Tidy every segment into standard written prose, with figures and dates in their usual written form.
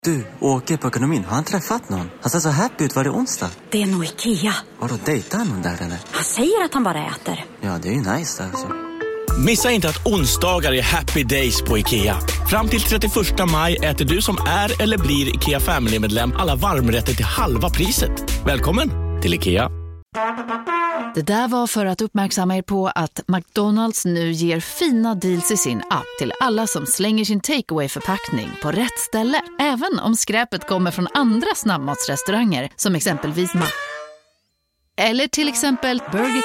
Du, åker på ekonomin. Har han träffat någon? Han ser så happy ut. Var det onsdag? Det är nog Ikea. Har du dejtat någon där eller? Han säger att han bara äter. Ja, det är ju nice alltså. Missa inte att onsdagar är happy days på IKEA. Fram till 31 maj äter du som är eller blir IKEA Family-medlem alla varmrätter till halva priset. Välkommen till IKEA. Det där var för att uppmärksamma er på att McDonald's nu ger fina deals i sin app till alla som slänger sin takeaway-förpackning på rätt ställe. Även om skräpet kommer från andra snabbmatsrestauranger som exempelvis eller till exempel Burger.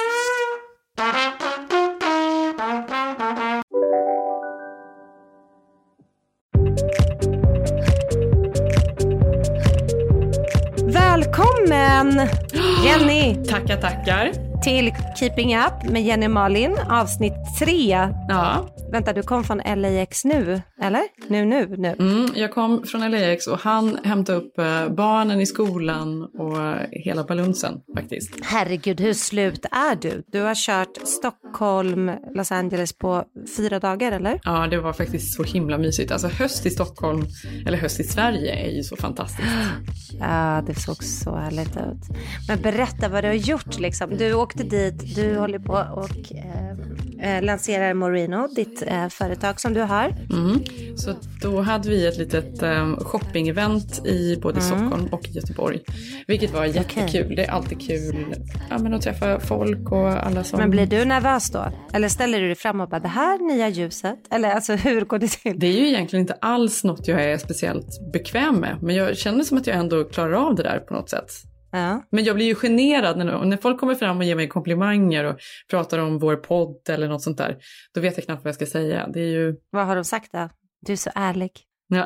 Välkommen Jenny! Tackar. Till Keeping Up med Jenny och Malin, avsnitt 3. Ja. Vänta, du kom från LAX nu, eller? Nu. Jag kom från LAX och han hämtade upp barnen i skolan och hela balunsen faktiskt. Herregud, hur slut är du? Du har kört Stockholm, Los Angeles på 4 dagar, eller? Ja, det var faktiskt så himla mysigt. Alltså höst i Stockholm, eller höst i Sverige är ju så fantastiskt. Ja, det såg så härligt ut. Men berätta vad du har gjort liksom. Du åkte dit, du håller på och lanserar Moreno, ditt företag som du har. Så då hade vi ett litet shopping-event i både Stockholm och Göteborg. Vilket var jättekul. Okay. Det är alltid kul att träffa folk och alla som... Men blir du nervös då? Eller ställer du dig fram och bara, det här nya ljuset? Eller alltså, hur går det till? Det är ju egentligen inte alls något jag är speciellt bekväm med. Men jag känner som att jag ändå klarar av det där på något sätt. Ja. Men jag blir ju generad när folk kommer fram och ger mig komplimanger och pratar om vår podd eller något sånt där. Då vet jag knappt vad jag ska säga. Det är ju... Vad har de sagt då? Du är så ärlig. Ja.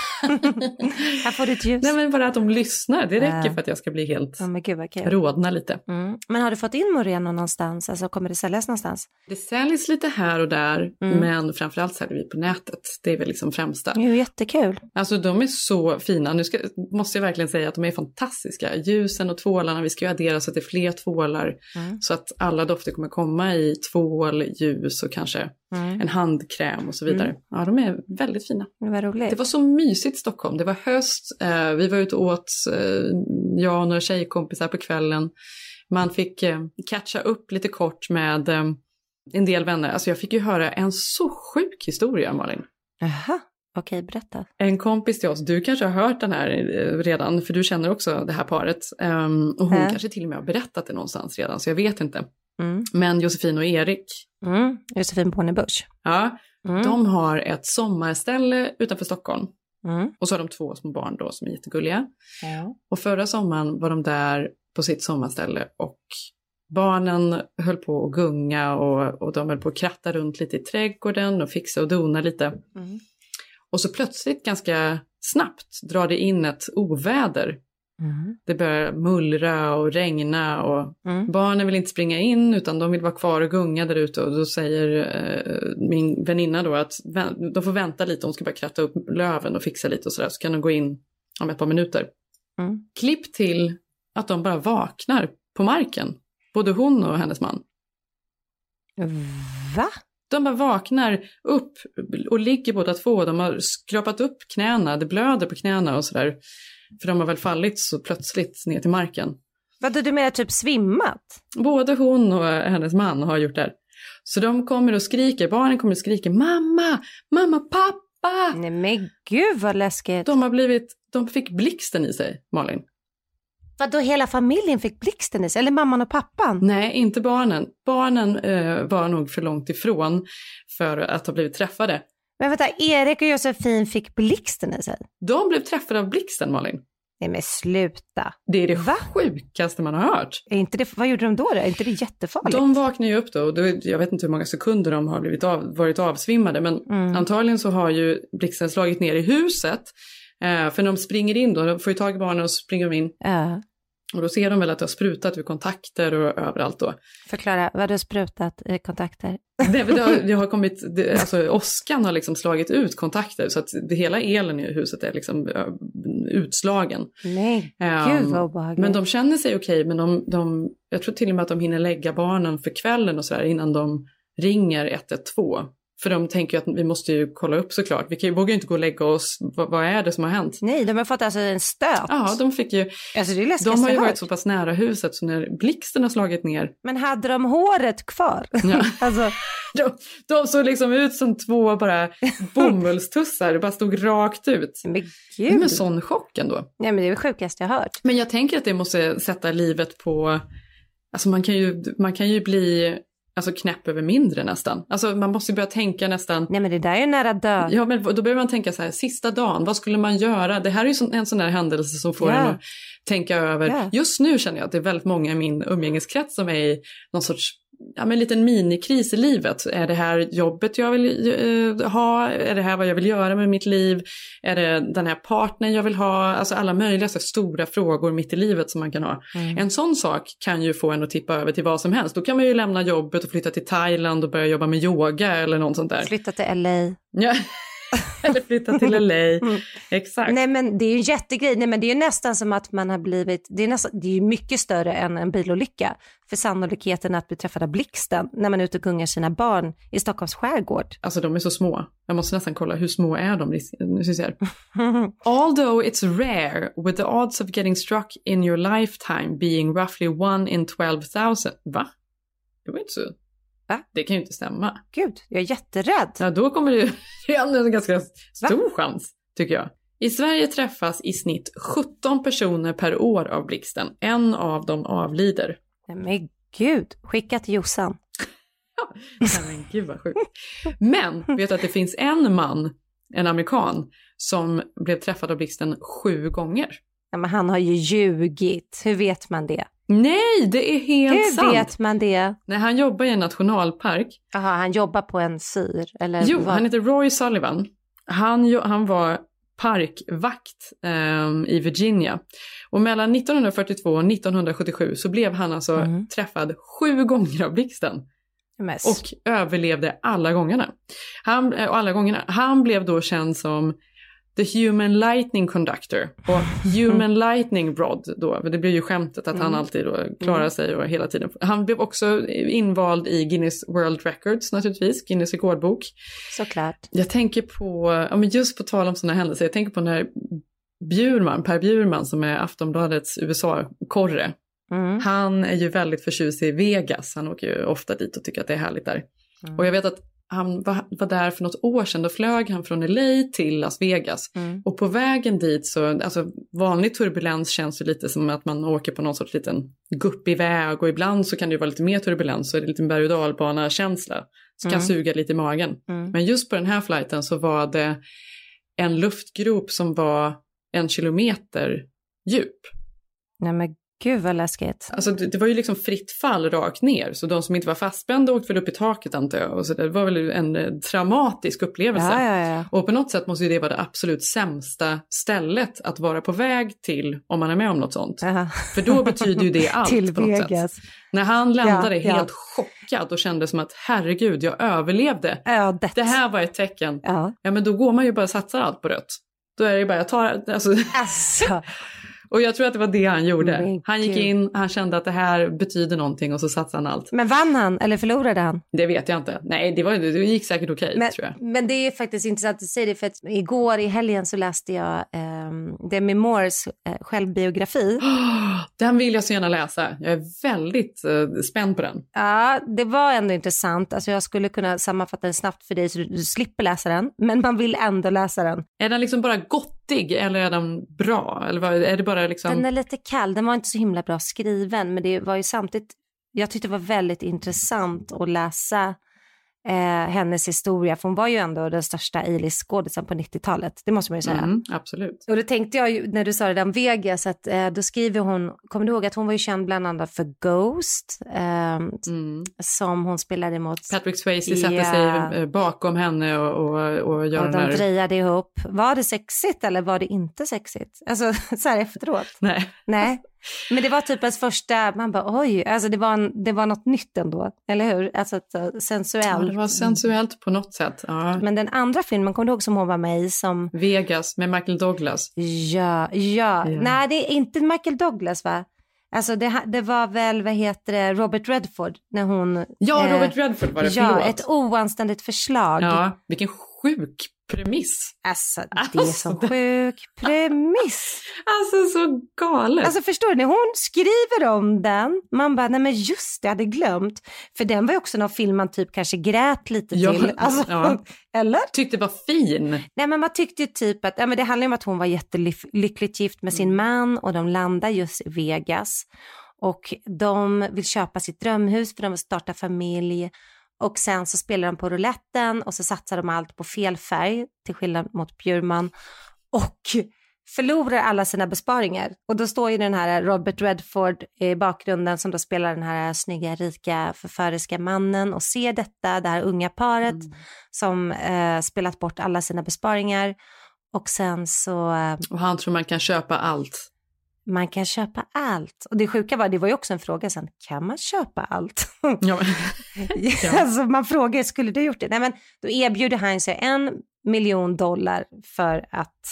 Här får du ett ljus. Nej, men bara att de lyssnar. Det räcker för att jag ska bli helt rodna lite. Men har du fått in Moreno någonstans? Alltså kommer det säljas någonstans? Det säljs lite här och där. Men framförallt säljer vi på nätet. Det är väl liksom främsta. Det är ju jättekul. Alltså de är så fina. Nu måste jag verkligen säga att de är fantastiska. Ljusen och tvålarna. Vi ska ju addera så att det är fler tvålar. Så att alla dofter kommer komma i tvål, ljus och kanske en handkräm och så vidare. Ja, de är väldigt fina. Det var roligt. Det var så mysigt i Stockholm. Det var höst. Vi var ute och åt, jag och några tjejkompisar på kvällen. Man fick catcha upp lite kort med en del vänner. Alltså jag fick ju höra en så sjuk historia, Malin. Jaha, okej, berätta. En kompis till oss, du kanske har hört den här redan, för du känner också det här paret. Och hon kanske till och med har berättat det någonstans redan, så jag vet inte. Men Josefin och Erik. Josefin Bornebusch. Ja, de har ett sommarställe utanför Stockholm. Och så har de 2 små barn då som är jättegulliga. Ja. Och förra sommaren var de där på sitt sommarställe och barnen höll på att gunga och de höll på att kratta runt lite i trädgården och fixa och dona lite. Och så plötsligt ganska snabbt drar det in ett oväder. Det börjar mullra och regna och barnen vill inte springa in utan de vill vara kvar och gunga där ute. Och då säger min väninna då att de får vänta lite, hon ska bara kratta upp löven och fixa lite och sådär, så kan de gå in om ett par minuter. Klipp till att de bara vaknar på marken, både hon och hennes man. Va? De bara vaknar upp och ligger båda två. De har skrapat upp knäna, det blöder på knäna och sådär. För de har väl fallit så plötsligt ner till marken. Vad du menar, typ svimmat? Både hon och hennes man har gjort det. Så de kommer och skriker, barnen kommer och skriker, mamma, pappa! Nej men gud vad läskigt. De fick blixten i sig, Malin. Vadå, hela familjen fick blixten i sig? Eller mamman och pappan? Nej, inte barnen. Barnen var nog för långt ifrån för att ha blivit träffade. Men vänta, Erik och Josefin fick blixten i sig? De blev träffade av blixten, Malin. Nej men sluta. Det är det sjukaste man har hört. Är inte det, vad gjorde de då? Är inte det jättefarligt? De vaknar ju upp då och jag vet inte hur många sekunder de har varit avsvimmade. Men antagligen så har ju blixten slagit ner i huset. För när de springer in då, de får ju tag i barnen och springer de in. Och då ser de väl att det har sprutat vid kontakter och överallt då. Förklara, vad du har sprutat i kontakter? Det har kommit, åskan har liksom slagit ut kontakter så att hela elen i huset är liksom utslagen. Nej, gud vad obehagligt. Men de känner sig okej, men jag tror till och med att de hinner lägga barnen för kvällen och sådär innan de ringer 112. För de tänker ju att vi måste ju kolla upp såklart. Vi vågar ju inte gå och lägga oss. Vad är det som har hänt? Nej, de har fått alltså en stöt. Ja, de fick ju... Alltså det är läskigt. De har ju varit så pass nära huset så när blixten har slagit ner. Men hade de håret kvar? Ja. Alltså... de såg liksom ut som två bara bomullstussar. Det bara stod rakt ut. Men gud. Men sån chock ändå. Nej, men det är det sjukaste jag har hört. Men jag tänker att det måste sätta livet på... Alltså man kan ju bli... Alltså knäpp över mindre nästan. Alltså man måste börja tänka nästan... Nej, men det där är ju nära död. Ja, men då behöver man tänka så här, sista dagen, vad skulle man göra? Det här är ju en sån här händelse som får en att tänka över. Yeah. Just nu känner jag att det är väldigt många i min umgängeskrets som är i någon sorts liten minikris i livet. Är det här jobbet jag vill ha? Är det här vad jag vill göra med mitt liv? Är det den här partnern jag vill ha? Alltså alla möjliga så stora frågor mitt i livet som man kan ha. En sån sak kan ju få en att tippa över till vad som helst. Då kan man ju lämna jobbet och flytta till Thailand och börja jobba med yoga eller något sånt där. Flytta till LA. Ja. Eller flytta till LA. Exakt. Nej, men det är ju en jättegrej. Nej, men det är ju nästan som att man har blivit... Det är ju mycket större än en bilolycka. För sannolikheten att bli träffad av blixten när man är ute och gungar sina barn i Stockholms skärgård. Alltså de är så små. Jag måste nästan kolla hur små är de. Nu ska jag Although it's rare with the odds of getting struck in your lifetime being roughly 1 in 12,000. Va? Det var inte så... Va? Det kan ju inte stämma. Gud, jag är jätterädd. Ja, då kommer det ju en ganska stor chans, tycker jag. I Sverige träffas i snitt 17 personer per år av blixten. En av dem avlider. Men gud, skicka till Jossan. Men gud vad sjukt. Men vet du att det finns en man, en amerikan, som blev träffad av blixten 7 gånger. Ja, men han har ju ljugit. Hur vet man det? Nej, det är helt sant. Hur vet man det? Nej, han jobbar i en nationalpark. Jaha, han jobbar på en syr? Eller jo, han heter Roy Sullivan. Han var parkvakt i Virginia. Och mellan 1942 och 1977 så blev han alltså träffad 7 gånger av blixten. Och överlevde alla gångerna. Han blev då känd som The Human Lightning Conductor och Human Lightning Rod då. Det blev ju skämtet att han alltid då klarar sig och hela tiden. Han blev också invald i Guinness World Records naturligtvis, Guinness rekordbok. Såklart. Jag tänker på, men just på tal om sådana händelser, jag tänker på när Per Bjurman som är Aftonbladets USA-korre. Han är ju väldigt förtjust i Vegas. Han åker ju ofta dit och tycker att det är härligt där. Och jag vet att han var där för något år sedan. Då flög han från LA till Las Vegas. Och på vägen dit så, alltså vanlig turbulens känns ju lite som att man åker på någon sorts liten guppig väg. Och ibland så kan det ju vara lite mer turbulens. Så är det lite en berg- och dalbana-känsla. Så kan suga lite i magen. Men just på den här flighten så var det en luftgrop som var 1 kilometer djup. Nej men gud vad läskigt. Alltså det var ju liksom fritt fall rakt ner. Så de som inte var fastspända åkte väl upp i taket antar jag. Och så det var väl en traumatisk upplevelse. Ja. Och på något sätt måste ju det vara det absolut sämsta stället att vara på väg till om man är med om något sånt. För då betyder ju det allt till på något Vegas. sätt. När han landade helt chockad och kände som att herregud, jag överlevde. Ödet. Det här var ett tecken. Ja, men då går man ju bara och satsar allt på rött. Då är det ju bara, jag tar... Alltså. Och jag tror att det var det han gjorde. Han gick in, han kände att det här betyder någonting och så satsade han allt. Men vann han eller förlorade han? Det vet jag inte. Nej, det gick säkert okej, tror jag. Men det är faktiskt intressant att säga det för att igår i helgen så läste jag Demi Moores självbiografi. Den vill jag så gärna läsa. Jag är väldigt spänd på den. Ja, det var ändå intressant. Alltså jag skulle kunna sammanfatta den snabbt för dig så du slipper läsa den. Men man vill ändå läsa den. Är den liksom bara gottig eller är den bra? Eller är det bara liksom... Den är lite kall. Den var inte så himla bra skriven. Men det var ju samtidigt... Jag tyckte det var väldigt intressant att läsa hennes historia. För hon var ju ändå den största A-list-skådisen på 90-talet. Det måste man ju säga. Absolut. Och då tänkte jag ju, när du sa det där om Vegas, att då skriver hon, kommer du ihåg att hon var ju känd bland annat för Ghost, som hon spelade mot. Patrick Swayze satte sig bakom henne och gör och de drejade ihop. Var det sexigt eller var det inte sexigt? Alltså så här efteråt. Nej. Men det var typ ens första, man bara oj, alltså det var något nytt ändå, eller hur? Alltså sensuellt. Ja, det var sensuellt på något sätt. Ja. Men den andra filmen, kommer du ihåg som hon var med i som... Vegas med Michael Douglas. Ja. Nej, det är inte Michael Douglas va? Alltså det var väl, vad heter det, Robert Redford när hon... Ja, Robert Redford var det, förlåt. Ja, ett oanständigt förslag. Ja, vilken sjuk premiss. Alltså, det är så sjuk premiss. Alltså, så galet. Alltså, förstår du, när hon skriver om den, man bara, nej men just det, jag hade glömt. För den var ju också någon film man typ kanske grät lite till. Alltså, eller? Tyckte det var fin. Nej, men man tyckte ju typ att, ja, men det handlar om att hon var jättelyckligt gift med sin man och de landar just i Vegas. Och de vill köpa sitt drömhus för de vill starta familj. Och sen så spelar de på rouletten och så satsar de allt på fel färg till skillnad mot Bjurman och förlorar alla sina besparingar. Och då står ju den här Robert Redford i bakgrunden som då spelar den här snygga, rika, förföriska mannen och ser detta, det här unga paret som spelat bort alla sina besparingar. Och sen så... och han tror man kan köpa allt. Man kan köpa allt. Och det sjuka var, det var ju också en fråga sen, kan man köpa allt? Ja. Alltså man frågar, skulle du gjort det? Nej, men då erbjuder han sig $1 million för att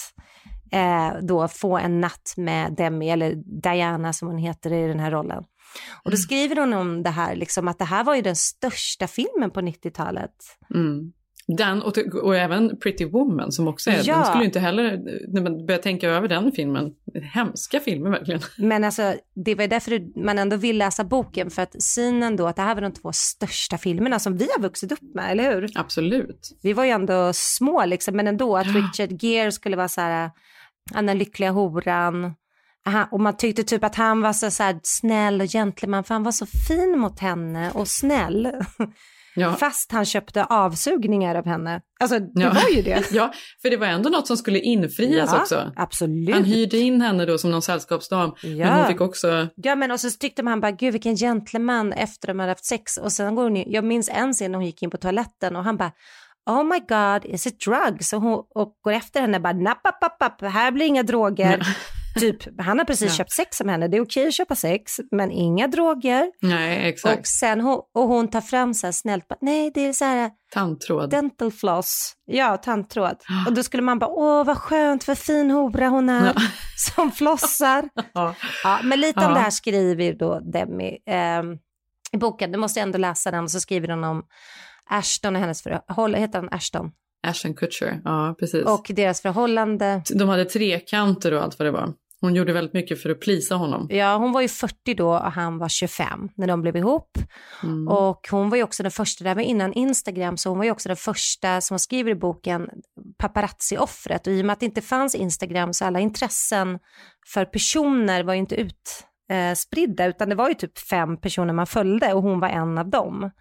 då få en natt med Demi, eller Diana som hon heter i den här rollen. Och då skriver hon om det här, liksom, att det här var ju den största filmen på 90-talet. Mm. Den och även Pretty Woman som också är, den skulle inte heller, när man börjar tänka över den filmen, hemska filmer verkligen. Men alltså, det var därför man ändå vill läsa boken, för att synen då att det här var de 2 största filmerna som vi har vuxit upp med, eller hur? Absolut. Vi var ju ändå små liksom, men ändå att Richard Gere skulle vara så här, den lyckliga horan. Och man tyckte typ att han var så här snäll och gentleman, för han var så fin mot henne och snäll. Ja. Fast han köpte avsugningar av henne. Alltså det var ju det. Ja, för det var ändå något som skulle infrias också. Absolut. Han hyrde in henne då som någon sällskapsdam. Ja. Men hon fick också... Ja, men och så tyckte man bara, gud vilken gentleman efter de hade haft sex. Och sen går hon ju, jag minns en scen när hon gick in på toaletten och han bara, oh my god, is it drugs? Och går efter henne bara, napp, här blir inga droger. Ja. Typ, han har precis köpt sex med henne. Det är okej att köpa sex, men inga droger. Nej, exakt. Och sen hon tar fram så här snällt, nej det är så här tandtråd. Dental floss. Ja, tandtråd. Och då skulle man bara, åh vad skönt, vad fin hora hon är som flossar. Ja, men lite om det här skriver då Demi i boken. Du måste ändå läsa den, och så skriver hon om Ashton och hennes förhållande. Heter han Ashton? Ashton Kutcher, ja precis. Och deras förhållande. De hade trekanter och allt vad det var. Hon gjorde väldigt mycket för att plisa honom. Ja, hon var ju 40 då och han var 25 när de blev ihop. Och hon var ju också den första, där var innan Instagram, så hon var ju också den första som skriver i boken paparazzi-offret. Och i och med att det inte fanns Instagram så alla intressen för personer var ju inte utspridda, utan det var ju typ 5 personer man följde och hon var en av dem.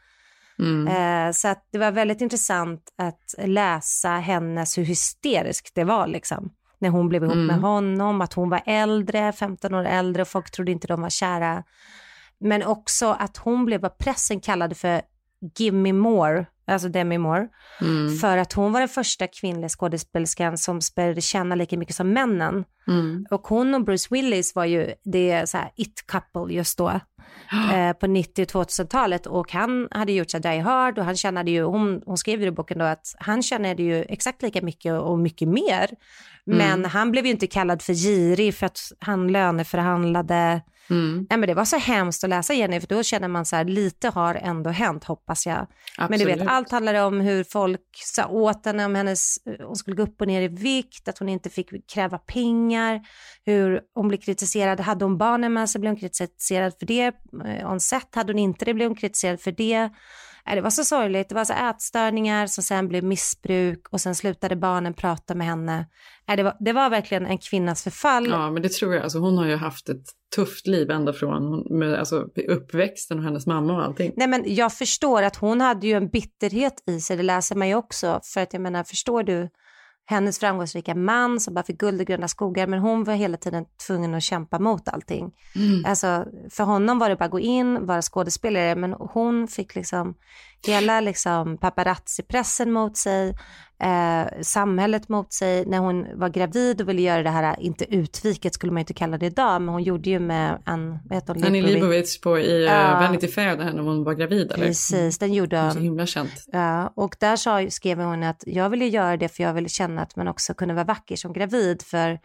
Så att det var väldigt intressant att läsa hur hysterisk det var liksom. När hon blev ihop med honom, att hon var äldre, 15 år äldre, och folk trodde inte de var kära. Men också att hon blev vad pressen kallade för Gimme More, alltså Demi Moore. För att hon var den första kvinnliga skådespelerskan som började tjäna lika mycket som männen. Och hon och Bruce Willis var ju det så här it-couple just då. På 90- och 2000-talet, och han hade gjort så Die Hard, och han tjänade ju, hon skrev i boken då att han tjänade ju exakt lika mycket och mycket mer, men han blev ju inte kallad för girig för att han löneförhandlade. Nej, men det var så hemskt att läsa Jenny, för då känner man så här, lite har ändå hänt, hoppas jag. Absolut. Men du vet, allt handlar om hur folk sa åt henne om hon skulle gå upp och ner i vikt, att hon inte fick kräva pengar, hur hon blev kritiserad. Hade hon barnen med sig blev hon kritiserad för det. On set hade hon inte det, blev hon kritiserad för det. Det var så sorgligt. Det var så ätstörningar som sen blev missbruk, och sen slutade barnen prata med henne. Det var verkligen en kvinnas förfall. Ja, men det tror jag. Alltså, hon har ju haft ett tufft liv ända från uppväxten och hennes mamma och allting. Nej, men jag förstår att hon hade ju en bitterhet i sig. Det läser man ju också. För att jag menar, förstår du, hennes framgångsrika man som bara fick guld och gröna skogar, men hon var hela tiden tvungen att kämpa mot allting. Alltså, för honom var det bara att gå in, vara skådespelare, men hon fick liksom hela liksom paparazzi-pressen mot sig, samhället mot sig. När hon var gravid och ville göra det här, inte utviket skulle man inte kalla det idag, men hon gjorde ju med Annie Leibovitz i Vanity Fair när hon var gravid, eller? Precis, den gjorde hon. Så himla känt. Ja, och där skrev hon att jag ville göra det för jag ville känna att man också kunde vara vacker som gravid, för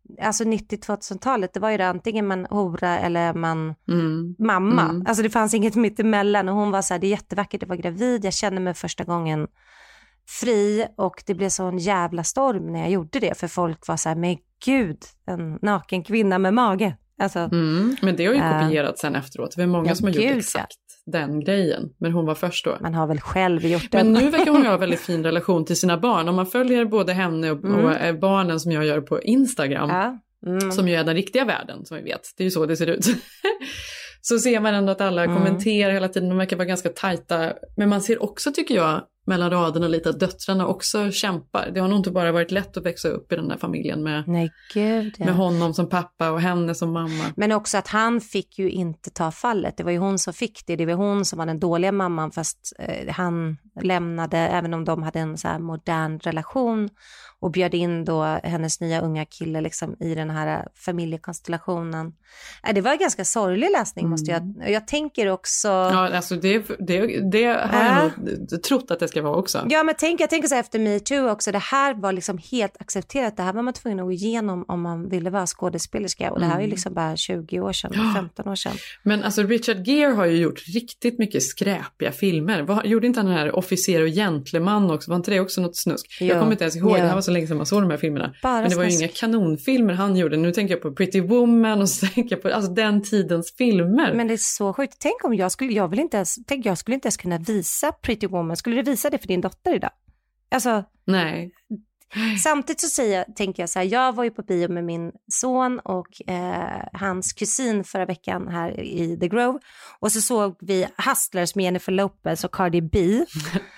alltså 90-2000-talet, det var ju det, antingen man hora eller man mamma. Alltså det fanns inget mitt emellan, och hon var så här, det är jättevackert, det var gravid, jag kände mig första gången fri, och det blev så en jävla storm när jag gjorde det, för folk var så här, men gud, en naken kvinna med mage. Alltså, men det har ju kopierat sen efteråt. Det är många som har gjort exakt den grejen. Men hon var först då. Man har väl själv gjort det. Men nu verkar hon ha väldigt fin relation till sina barn. Om man följer både henne och barnen som jag gör på Instagram. Som ju är den riktiga världen, som vi vet. Det är ju så det ser ut. Så ser man ändå att alla kommenterar hela tiden. De verkar vara ganska tajta. Men man ser också, tycker jag, mellan raderna lite att döttrarna också kämpar. Det har nog inte bara varit lätt att växa upp i den där familjen med honom som pappa och henne som mamma. Men också att han fick ju inte ta fallet. Det var ju hon som fick det. Det var hon som var den dåliga mamman, fast han lämnade, även om de hade en så här modern relation, och bjöd in då hennes nya unga kille liksom i den här familjekonstellationen. Det var en ganska sorglig läsning, måste jag tänker också. Ja, alltså det har jag nog trott att det ska vara också. Ja, men jag tänker så här, efter Me Too också, det här var liksom helt accepterat. Det här var man tvungen att gå igenom om man ville vara skådespelerska, och det här är ju liksom bara 20 år sedan, 15 år sedan. Men alltså Richard Gere har ju gjort riktigt mycket skräpiga filmer. Gjorde inte han den här Officer och Gentleman också? Var inte det också något snusk? Jag kommer inte ens ihåg, det här var så länge sedan man såg de här filmerna. Men det var ju inga kanonfilmer han gjorde. Nu tänker jag på Pretty Woman, och så tänker jag på alltså den tidens filmer. Men det är så sjukt. Tänk om jag skulle inte ens kunna visa Pretty Woman. Skulle du visa det för din dotter idag? Alltså, nej. Samtidigt så tänker jag så här, jag var ju på bio med min son och hans kusin förra veckan här i The Grove, och så såg vi Hustlers med Jennifer Lopez och Cardi B.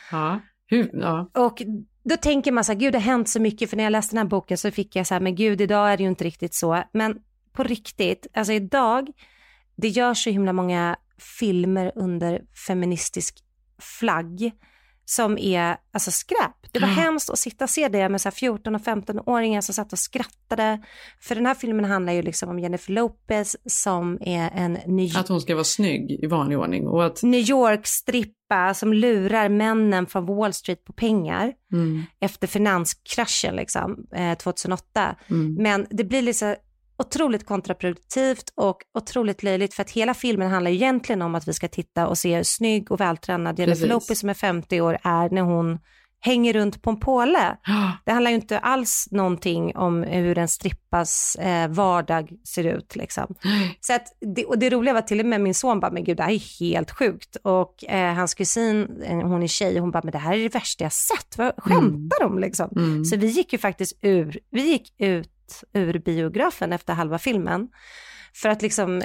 Ja. Och då tänker man så här, gud, det har hänt så mycket, för när jag läste den här boken så fick jag så här, men gud, idag är det ju inte riktigt så. Men på riktigt, alltså idag, det görs så himla många filmer under feministisk flagg som är alltså skräp. Det var hemskt att sitta och se det med så här 14- och 15-åringar som satt och skrattade. För den här filmen handlar ju liksom om Jennifer Lopez som är en att hon ska vara snygg i vanlig ordning. Och att New York-strippa som lurar männen från Wall Street på pengar efter finanskraschen liksom, 2008. Men det blir liksom otroligt kontraproduktivt och otroligt löjligt, för att hela filmen handlar egentligen om att vi ska titta och se hur snygg och vältränad Jennifer Lopez som är 50 år är när hon hänger runt på en påle. Det handlar ju inte alls någonting om hur en strippas vardag ser ut liksom. Så att det roliga var till och med min son bara, men gud, det här är helt sjukt. Och hans kusin, hon är tjej, hon bara, men det här är det värsta jag sett. Vad skämtar de liksom? Så vi gick ju faktiskt ut ur biografen efter halva filmen, för att liksom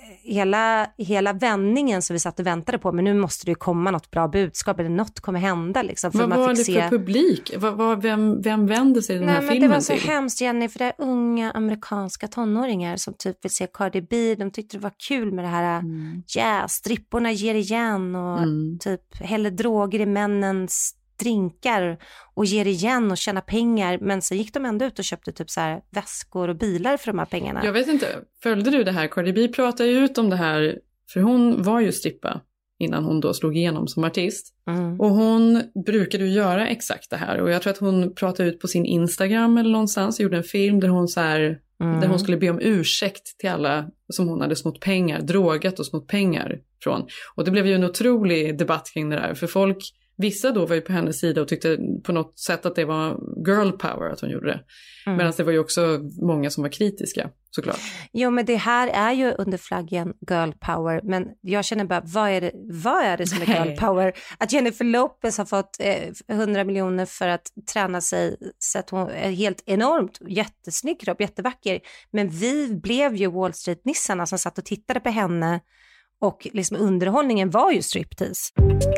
hela vändningen som vi satt och väntade på, men nu måste det ju komma något bra budskap eller något kommer hända liksom, för vad man var fick det för publik? Vem vände sig den här filmen till? Det var så hemskt, Jenny, för det är unga amerikanska tonåringar som typ vill se Cardi B. De tyckte det var kul med det här stripporna ger igen och typ häller droger i männens drinkar och ger igen och tjänar pengar, men så gick de ändå ut och köpte typ så här väskor och bilar för de här pengarna. Jag vet inte, följde du det här? Cardi B pratade ju ut om det här, för hon var ju strippa innan hon då slog igenom som artist. Och hon brukade ju göra exakt det här, och jag tror att hon pratade ut på sin Instagram eller någonstans, gjorde en film där hon så här där hon skulle be om ursäkt till alla som hon hade snott pengar, drogat och snott pengar från. Och det blev ju en otrolig debatt kring det där, för vissa då var ju på hennes sida och tyckte på något sätt att det var girl power att hon gjorde det. Medan det var ju också många som var kritiska, såklart. Jo, men det här är ju under flaggen girl power. Men jag känner bara, vad är det som är girl power? Att Jennifer Lopez har fått 100 miljoner för att träna sig så att hon är helt enormt, jättesnygg kropp, jättevacker. Men vi blev ju Wall Street-nissarna som satt och tittade på henne, och liksom underhållningen var ju striptease.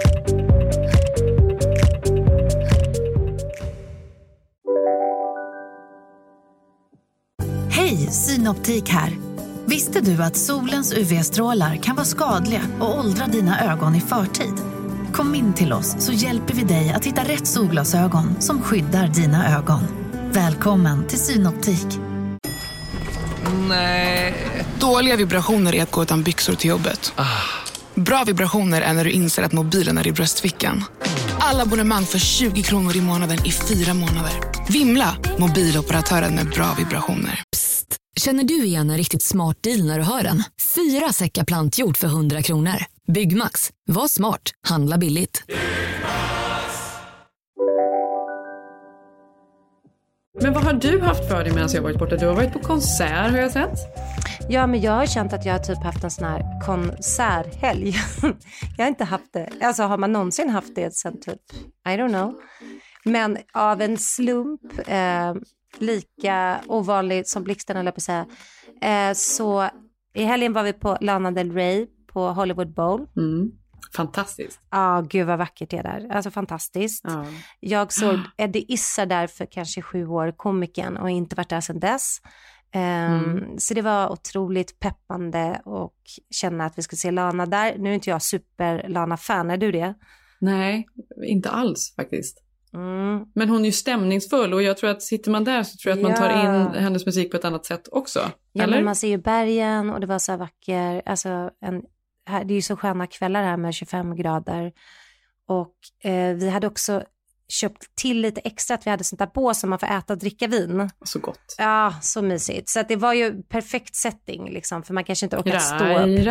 Hej, Synoptik här. Visste du att solens UV-strålar kan vara skadliga och åldra dina ögon i förtid? Kom in till oss så hjälper vi dig att hitta rätt solglasögon som skyddar dina ögon. Välkommen till Synoptik. Nej. Dåliga vibrationer är att gå utan byxor till jobbet. Bra vibrationer är när du inser att mobilen är i bröstfickan. Alla abonnemang för 20 kronor i månaden i 4 månader. Vimla, mobiloperatören med bra vibrationer. Psst, Känner du igen en riktigt smart deal när du hör den? 4 säckar plantjord för 100 kronor. Byggmax. Var smart. Handla billigt. Men vad har du haft för dig medan jag varit borta? Du har varit på konsert, har jag sett. Ja, men jag har känt att jag har typ haft en sån här konserthelg. Jag har inte haft det. Alltså har man någonsin haft det sen typ, I don't know. Men av en slump, lika ovanligt som blixten, eller på att säga. Så i helgen var vi på Lana Del Rey på Hollywood Bowl. Fantastiskt. Ja, gud vad vackert det är där. Alltså fantastiskt. Ja. Jag såg Eddie Izzard där för kanske 7 år, komikern, och inte varit där sedan dess. Så det var otroligt peppande och känna att vi skulle se Lana där. Nu är inte jag super Lana-fan, är du det? Nej, inte alls faktiskt. Men hon är ju stämningsfull, och jag tror att sitter man där så tror jag att man tar in hennes musik på ett annat sätt också. Ja, eller? Men man ser ju bergen och det var så här vacker. Alltså det är ju så sköna kvällar här med 25 grader. Och vi hade också köpt till lite extra, att vi hade sånt där bås som man får äta och dricka vin. Så gott. Ja, så mysigt. Så att det var ju perfekt setting liksom, för man kanske inte orkar stå upp.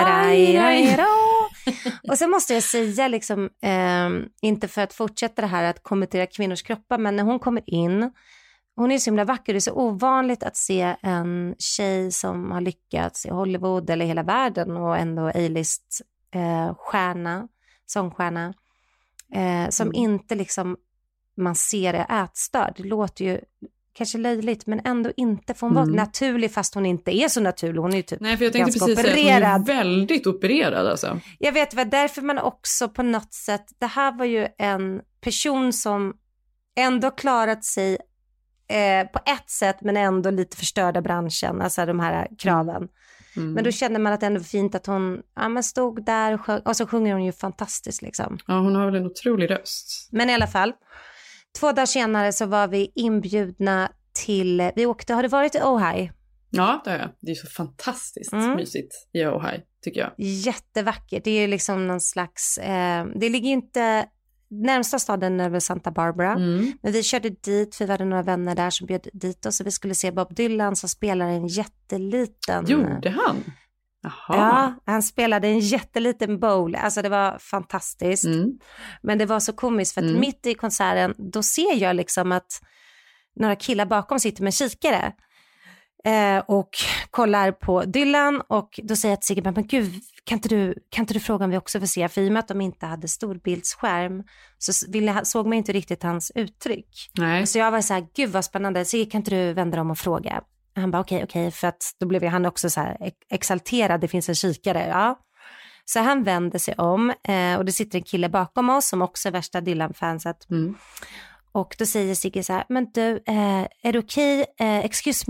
Och så måste jag säga liksom, inte för att fortsätta det här att kommentera kvinnors kroppar, men när hon kommer in, hon är så himla vacker. Det är så ovanligt att se en tjej som har lyckats i Hollywood eller hela världen och ändå A-list stjärna, sångstjärna, som inte liksom man ser är ätstörd. Det låter ju kanske löjligt, men ändå inte, för hon var naturlig fast hon inte är så naturlig. Hon är ju typ. Nej, för jag tänkte precis opererad. Säga att hon är väldigt opererad alltså. Jag vet, vad därför man också på något sätt, det här var ju en person som ändå klarat sig på ett sätt, men ändå lite förstörda branschen, alltså de här kraven. Men då kände man att det ändå var fint att hon stod där och sjöng, och så sjunger hon ju fantastiskt liksom. Ja, hon har väl en otrolig röst. Men i alla fall, 2 dagar senare så var vi inbjudna till, vi åkte, har det varit i Ojai? Ja, det har jag. Det är så fantastiskt mysigt i Ojai, tycker jag. Jättevackert, det är ju liksom någon slags, det ligger ju inte, närmsta staden är väl Santa Barbara, men vi körde dit, vi hade några vänner där som bjöd dit oss, och vi skulle se Bob Dylan som spelar en jätteliten. Gjorde han? Jaha. Ja, han spelade en jätteliten bowl, alltså det var fantastiskt. Men det var så komiskt för att mitt i konserten, då ser jag liksom att några killar bakom sitter med kikare och kollar på Dylan, och då säger jag till Sigge, men gud, kan inte du fråga om vi också får se, för i och med att de inte hade storbildsskärm så såg man inte riktigt hans uttryck. Nej. Så jag var så här, gud vad spännande, Sigge, kan inte du vända dem och fråga? Han bara okej, för att då blev han också så här exalterad, det finns en kikare, ja. Så han vände sig om och det sitter en kille bakom oss som också är värsta Dylan-fanset. Och då säger Sigge så här, men du, är det okej? Excuse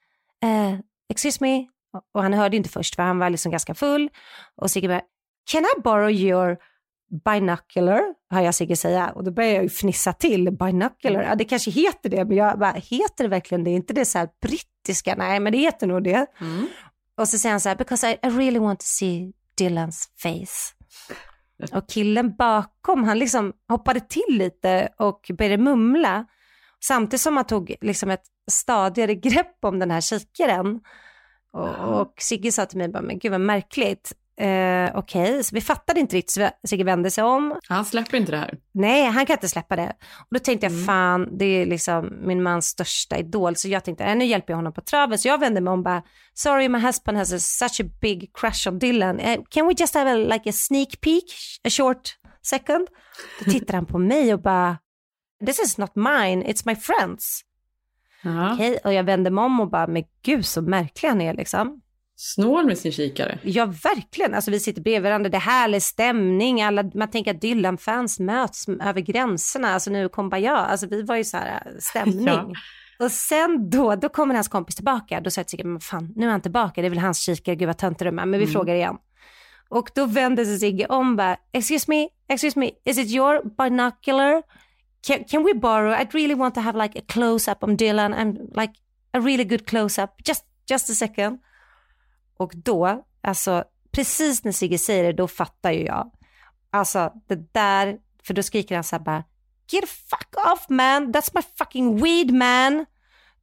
me? Och han hörde inte först, för han var liksom ganska full. Och Sigge bara, can I borrow your binocular? Har jag Sigge säga. Och då börjar jag ju fnissa till, binocular. Ja, det kanske heter det, men jag bara, heter det verkligen det? Är inte det så här brittiska? Nej, men det heter nog det. Och så säger han så här, because I really want to see Dylans face. Och killen bakom, han liksom hoppade till lite och började mumla. Samtidigt som han tog liksom ett stadigare grepp om den här kikaren. Och Sigge sa till mig bara, men gud vad märkligt. Okej, så vi fattade inte riktigt, så Sigge vände sig om. Han släpper inte det här. Nej, han kan inte släppa det. Och då tänkte jag, fan, det är liksom min mans största idol. Så jag tänkte, nu hjälper jag honom på traven. Så jag vände mig om bara, sorry, my husband has such a big crush on Dylan. Can we just have like a sneak peek, a short second? Då tittar han på mig och bara, this is not mine, it's my friends. Okej, och jag vände mig om och bara, men gud så märklig han är liksom. Snål med sin kikare. Ja, verkligen. Alltså vi sitter bredvid varandra, det är härlig stämning. Man tänker att Dylan-fans möts över gränserna. Alltså nu kom jag. Alltså vi var ju så här stämning. Ja. Och sen då kommer hans kompis tillbaka. Då sa jag till Sigge, men fan, nu är han tillbaka. Det är väl hans kikare, gud vad töntar de är. Men vi frågar igen. Och då vände sig Sigge om bara, excuse me, is it your binocular? Can we borrow? I'd really want to have like a close-up on Dylan and like a really good close-up. Just a second. Och då, alltså precis när Sigge säger det, då fattar ju jag. Alltså det där, för då skriker han så här bara, get the fuck off man, that's my fucking weed man.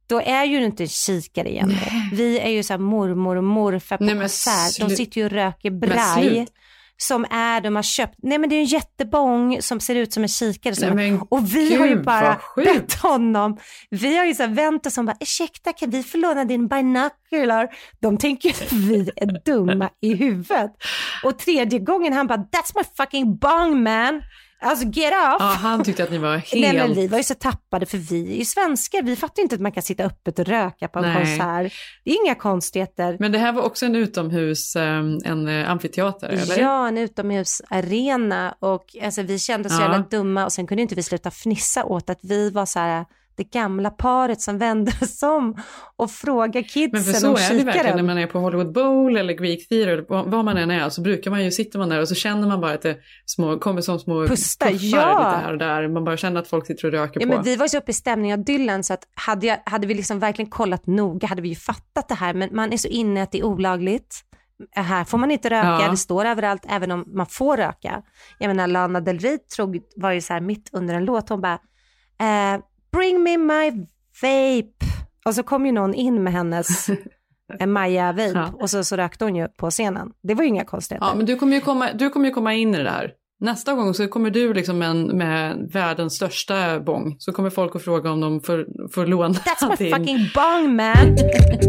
då är ju inte en kikare igen. Vi är ju så här mormor och morfar på konsert. De sitter ju och röker braj. Som de har köpt. Nej, men det är en jättebång som ser ut som en kikare. Och vi har ju bara bett honom. Vi har ju så här vänt oss och bara, ursäkta, kan vi få låna din binocular? De tänker att vi är dumma i huvudet. Och tredje gången han bara, that's my fucking bong, man. Alltså get off. Ja, han tyckte att ni var helt... Nej, men vi var ju så tappade för vi är ju svenskar. Vi fattar inte att man kan sitta öppet och röka på en konsert. Det är inga konstigheter. Men det här var också en utomhus, en amfiteater, eller? Ja, en utomhusarena. Och alltså, vi kände så jävla dumma. Och sen kunde inte vi sluta fnissa åt att vi var så här... det gamla paret som vänder sig om och frågar kidsen. Men för så är det verkligen när man är på Hollywood Bowl eller Greek Theater, var man än är, så brukar man ju, sitter man där och så känner man bara att det kommer som små puffar lite här och där. Man bara känner att folk sitter och röker på. Men vi var så uppe i stämningen av Dylan så att hade vi liksom verkligen kollat noga hade vi ju fattat det här, men man är så inne att det är olagligt. Här får man inte röka, det står överallt även om man får röka. Jag menar Lana Del Rey var ju så här mitt under en låt, hon bara bring me my vape. Och så kom ju någon in med hennes Maja vape och så rökte hon ju på scenen. Det var ju inga konstigheter. Ja, men du kommer ju komma in i det där. Nästa gång så kommer du liksom med världens största bong. Så kommer folk att fråga om de får låna. That's my fucking bong, man.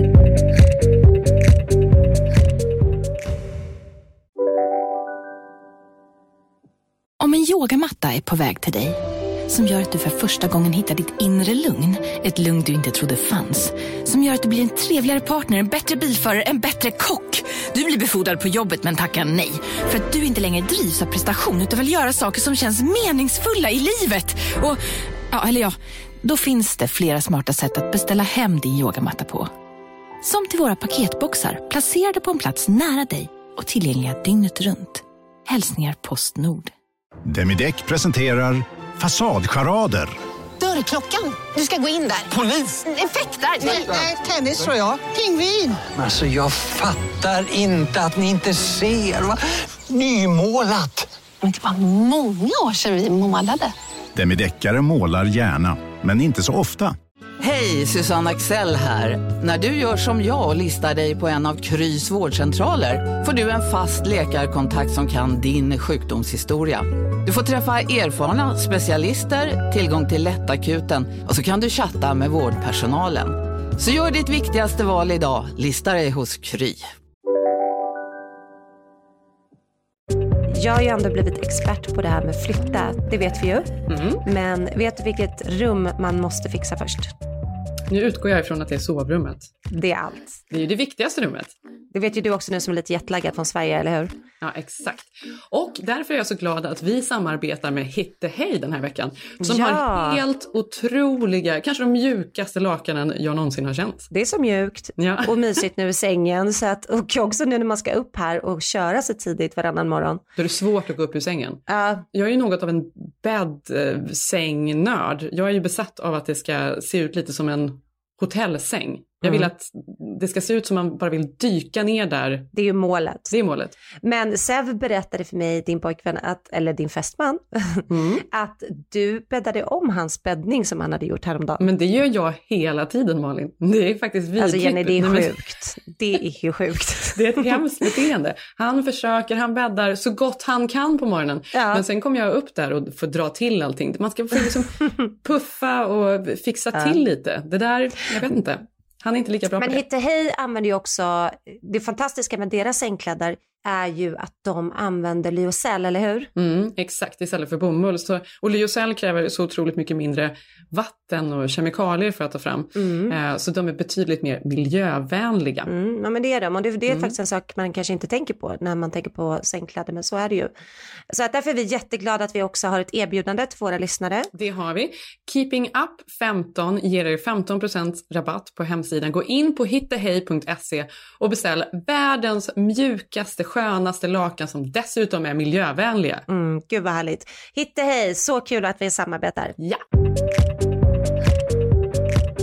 Om en yogamatta är på väg till dig, som gör att du för första gången hittar ditt inre lugn, ett lugn du inte trodde fanns, som gör att du blir en trevligare partner, en bättre bilförare, en bättre kock. Du blir befordrad på jobbet men tackar nej, för att du inte längre drivs av prestation utan vill göra saker som känns meningsfulla i livet. Och, då finns det flera smarta sätt att beställa hem din yogamatta på. Som till våra paketboxar, placerade på en plats nära dig och tillgängliga dygnet runt. Hälsningar Postnord. Demideck presenterar Fasadcharader. Dörrklockan. Du ska gå in där. Polis? Effektar? Nej, tennis tror jag. Pingvin. Alltså jag fattar inte att ni inte ser. Nymålat. Men det var många år sedan vi målade. Demideckare målar gärna, men inte så ofta. Hej, Susanne Axel här. När du gör som jag och listar dig på en av Krys vårdcentraler får du en fast läkarkontakt som kan din sjukdomshistoria. Du får träffa erfarna specialister, tillgång till lättakuten och så kan du chatta med vårdpersonalen. Så gör ditt viktigaste val idag, lista dig hos Kry. Jag har ju ändå blivit expert på det här med flytta, det vet vi ju. Men vet du vilket rum man måste fixa först? Nu utgår jag ifrån att det är sovrummet. Det är allt. Det är ju det viktigaste rummet. Det vet ju du också nu som är lite jetlaggad från Sverige, eller hur? Ja, exakt. Och därför är jag så glad att vi samarbetar med Hittehej den här veckan. Som har helt otroliga, kanske de mjukaste lakanen jag någonsin har känt. Det är så mjukt och mysigt nu i sängen. Så att, och också nu när man ska upp här och köra så tidigt varannan morgon. Då är det svårt att gå upp ur sängen. Jag är ju något av en bäddsängnörd. Jag är ju besatt av att det ska se ut lite som en hotellsäng. Jag vill att det ska se ut som man bara vill dyka ner där. Det är ju målet. Det är målet. Men Sev berättade för mig, din pojkvän, eller din fästman, att du bäddade om hans bäddning som han hade gjort häromdagen. Men det gör jag hela tiden, Malin. Det är faktiskt vidrigt. Alltså Jenny, det är sjukt. Det är ju sjukt. Det är ett hemskt beteende. Han bäddar så gott han kan på morgonen. Ja. Men sen kommer jag upp där och får dra till allting. Man ska få liksom puffa och fixa till lite. Det där, jag vet inte. Han är inte lika bra på det. Men Hittehej använder ju också, det fantastiska med deras sängkläder är ju att de använder lyocell, eller hur? Exakt, istället för bomull. Och lyocell kräver så otroligt mycket mindre vatten och kemikalier för att ta fram. Så de är betydligt mer miljövänliga. Ja, men det är de. Och det är faktiskt en sak man kanske inte tänker på när man tänker på sängkläder, men så är det ju. Så att därför är vi jätteglada att vi också har ett erbjudande till våra lyssnare. Det har vi. Keeping Up 15 ger er 15% rabatt på hemsidan. Gå in på hittehej.se och beställ världens mjukaste, skönaste lakan som dessutom är miljövänliga. Gud vad härligt. Hittehej, så kul att vi samarbetar. Ja.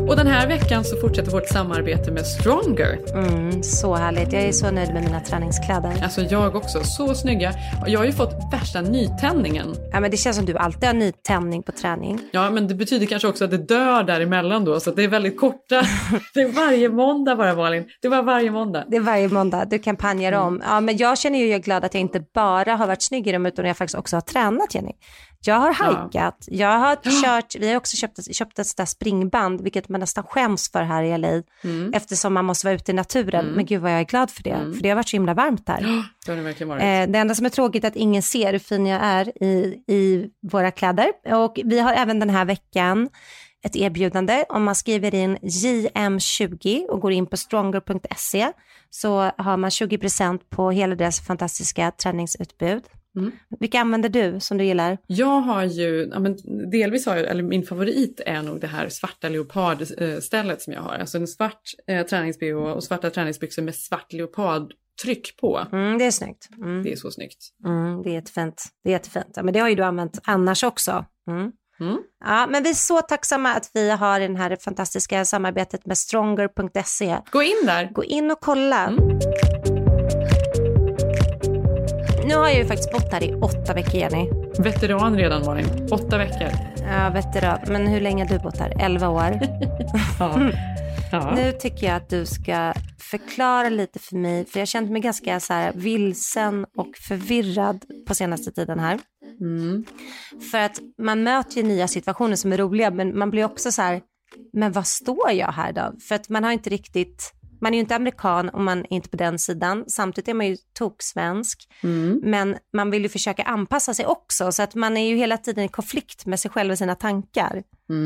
Och den här veckan så fortsätter vårt samarbete med Stronger. Så härligt. Jag är så nöjd med mina träningskläder. Alltså jag också. Så snygga. Och jag har ju fått värsta nytändningen. Ja, men det känns som du alltid har nytändning på träning. Ja, men det betyder kanske också att det dör däremellan då. Så att det är väldigt korta. Det är varje måndag bara, Malin. Det var varje måndag. Det är varje måndag. Du kampanjar om. Ja, men jag känner ju, jag är glad att jag inte bara har varit snygg i dem, utan jag faktiskt också har tränat, Jenny. Jag har hajkat, jag har kört, vi har också köpt ett sådär springband, vilket man nästan skäms för här i LA, eftersom man måste vara ute i naturen. Men gud vad jag är glad för det, för det har varit så himla varmt där. Det har det verkligen varit. Det enda som är tråkigt är att ingen ser hur fin jag är i våra kläder. Och vi har även den här veckan ett erbjudande. Om man skriver in JM20 och går in på stronger.se så har man 20% på hela deras fantastiska träningsutbud. Vilka använder du som du gillar? Jag har ju, delvis har jag, eller min favorit är nog det här svarta leopardstället som jag har. Alltså en svart träningsbh och svarta träningsbyxor med svart leopardtryck på. Det är snyggt. Det är så snyggt. Det är jättefint. Det är jättefint. Ja, men det har ju du använt annars också. Ja, men vi är så tacksamma att vi har det här fantastiska samarbetet med stronger.se. Gå in där. Gå in och kolla. Nu har jag ju faktiskt bott här i 8 veckor, Jenny. Veteran redan, Malin. 8 veckor. Ja, veteran. Men hur länge har du bott här? 11 år. Ja. Nu tycker jag att du ska förklara lite för mig. För jag har känt mig ganska så här vilsen och förvirrad på senaste tiden här. För att man möter ju nya situationer som är roliga. Men man blir också så här, men vad står jag här då? För att man har inte riktigt... Man är ju inte amerikan om man är inte på den sidan. Samtidigt är man ju toksvensk. Men man vill ju försöka anpassa sig också. Så att man är ju hela tiden i konflikt med sig själv och sina tankar.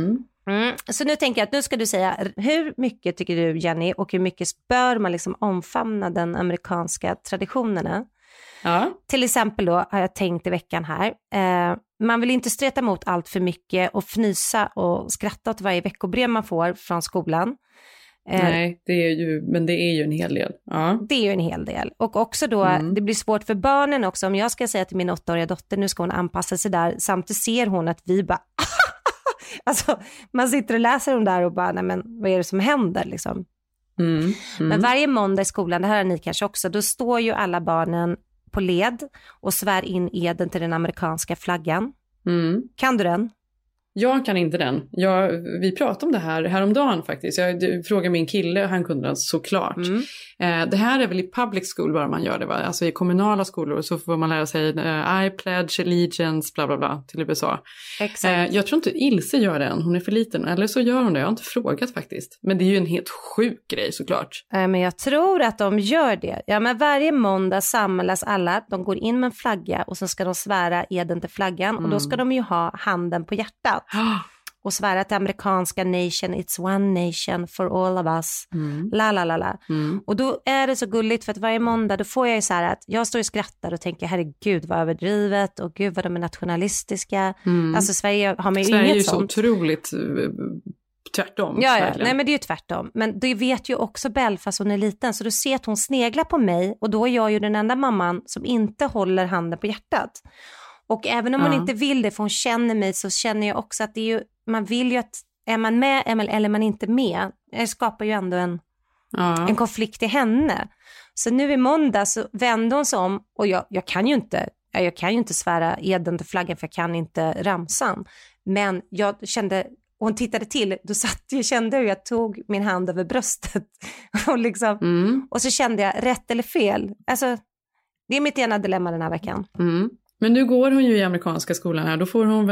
Så nu tänker jag att nu ska du säga, hur mycket tycker du, Jenny, och hur mycket bör man liksom omfamna den amerikanska traditionerna? Ja. Till exempel då har jag tänkt i veckan här. Man vill inte streta emot allt för mycket och fnysa och skratta åt varje veckobrev man får från skolan. Nej, det är ju en hel del. Ja. Det är ju en hel del. Och också då, det blir svårt för barnen också. Om jag ska säga till min 8-åriga dotter, nu ska hon anpassa sig där. Samtidigt ser hon att vi bara... alltså, man sitter och läser dem där och bara, nej men vad är det som händer liksom? Men varje måndag i skolan, det här är ni kanske också, då står ju alla barnen på led och svär in eden till den amerikanska flaggan. Kan du den? Jag kan inte den. Vi pratade om det här häromdagen faktiskt. Jag frågade min kille och han kunde den såklart. Det här är väl i public school bara man gör det, va? Alltså i kommunala skolor så får man lära sig I pledge allegiance bla bla bla till USA. Exakt. Jag tror inte Ilse gör den. Hon är för liten. Eller så gör hon det. Jag har inte frågat faktiskt. Men det är ju en helt sjuk grej såklart. Men jag tror att de gör det. Ja, men varje måndag samlas alla. De går in med en flagga och så ska de svära eden till flaggan. Och då ska de ju ha handen på hjärtat. Och svära till amerikanska nation, it's one nation for all of us. La la la la. Och då är det så gulligt för att varje måndag då får jag ju så här att jag står och skrattar och tänker herregud vad överdrivet och gud vad de är nationalistiska. Alltså Sverige har man ju Sverige inget sånt. Sverige är ju så otroligt tvärtom. Ja, nej men det är ju tvärtom. Men det vet ju också Belle fast hon är liten. Så du ser att hon sneglar på mig och då är jag ju den enda mamman som inte håller handen på hjärtat. Och även om hon inte vill det, för hon känner mig, så känner jag också att det är ju, man vill ju att, är man med eller man inte med, det skapar ju ändå en konflikt i henne. Så nu i måndag så vände hon sig om och jag kan ju inte svära eden till flaggan för jag kan inte ramsan. Men jag kände, och hon tittade till, då kände jag hur jag tog min hand över bröstet och liksom, och så kände jag rätt eller fel. Alltså det är mitt ena dilemma den här veckan. Men nu går hon ju i amerikanska skolan här. Då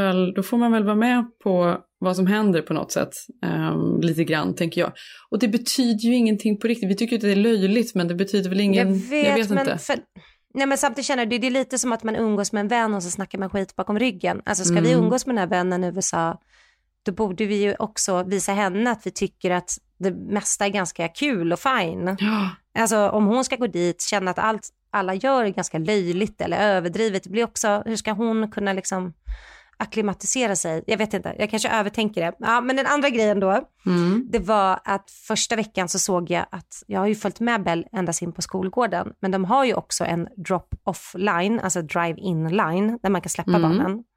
får man väl vara med på vad som händer på något sätt. Lite grann, tänker jag. Och det betyder ju ingenting på riktigt. Vi tycker att det är löjligt, men det betyder väl ingen... Jag vet inte. Nej, men samtidigt känner jag, det är lite som att man umgås med en vän och så snackar man skit bakom ryggen. Alltså ska vi umgås med den här vännen i USA, då borde vi ju också visa henne att vi tycker att det mesta är ganska kul och fine. Ja. Alltså om hon ska gå dit, känna att allt alla gör är ganska löjligt eller överdrivet. Det blir också, hur ska hon kunna liksom akklimatisera sig? Jag vet inte, jag kanske övertänker det. Ja, men den andra grejen då, det var att första veckan så såg jag att jag har ju följt med Bell ända in på skolgården. Men de har ju också en drop-off line, alltså drive-in line, där man kan släppa barnen.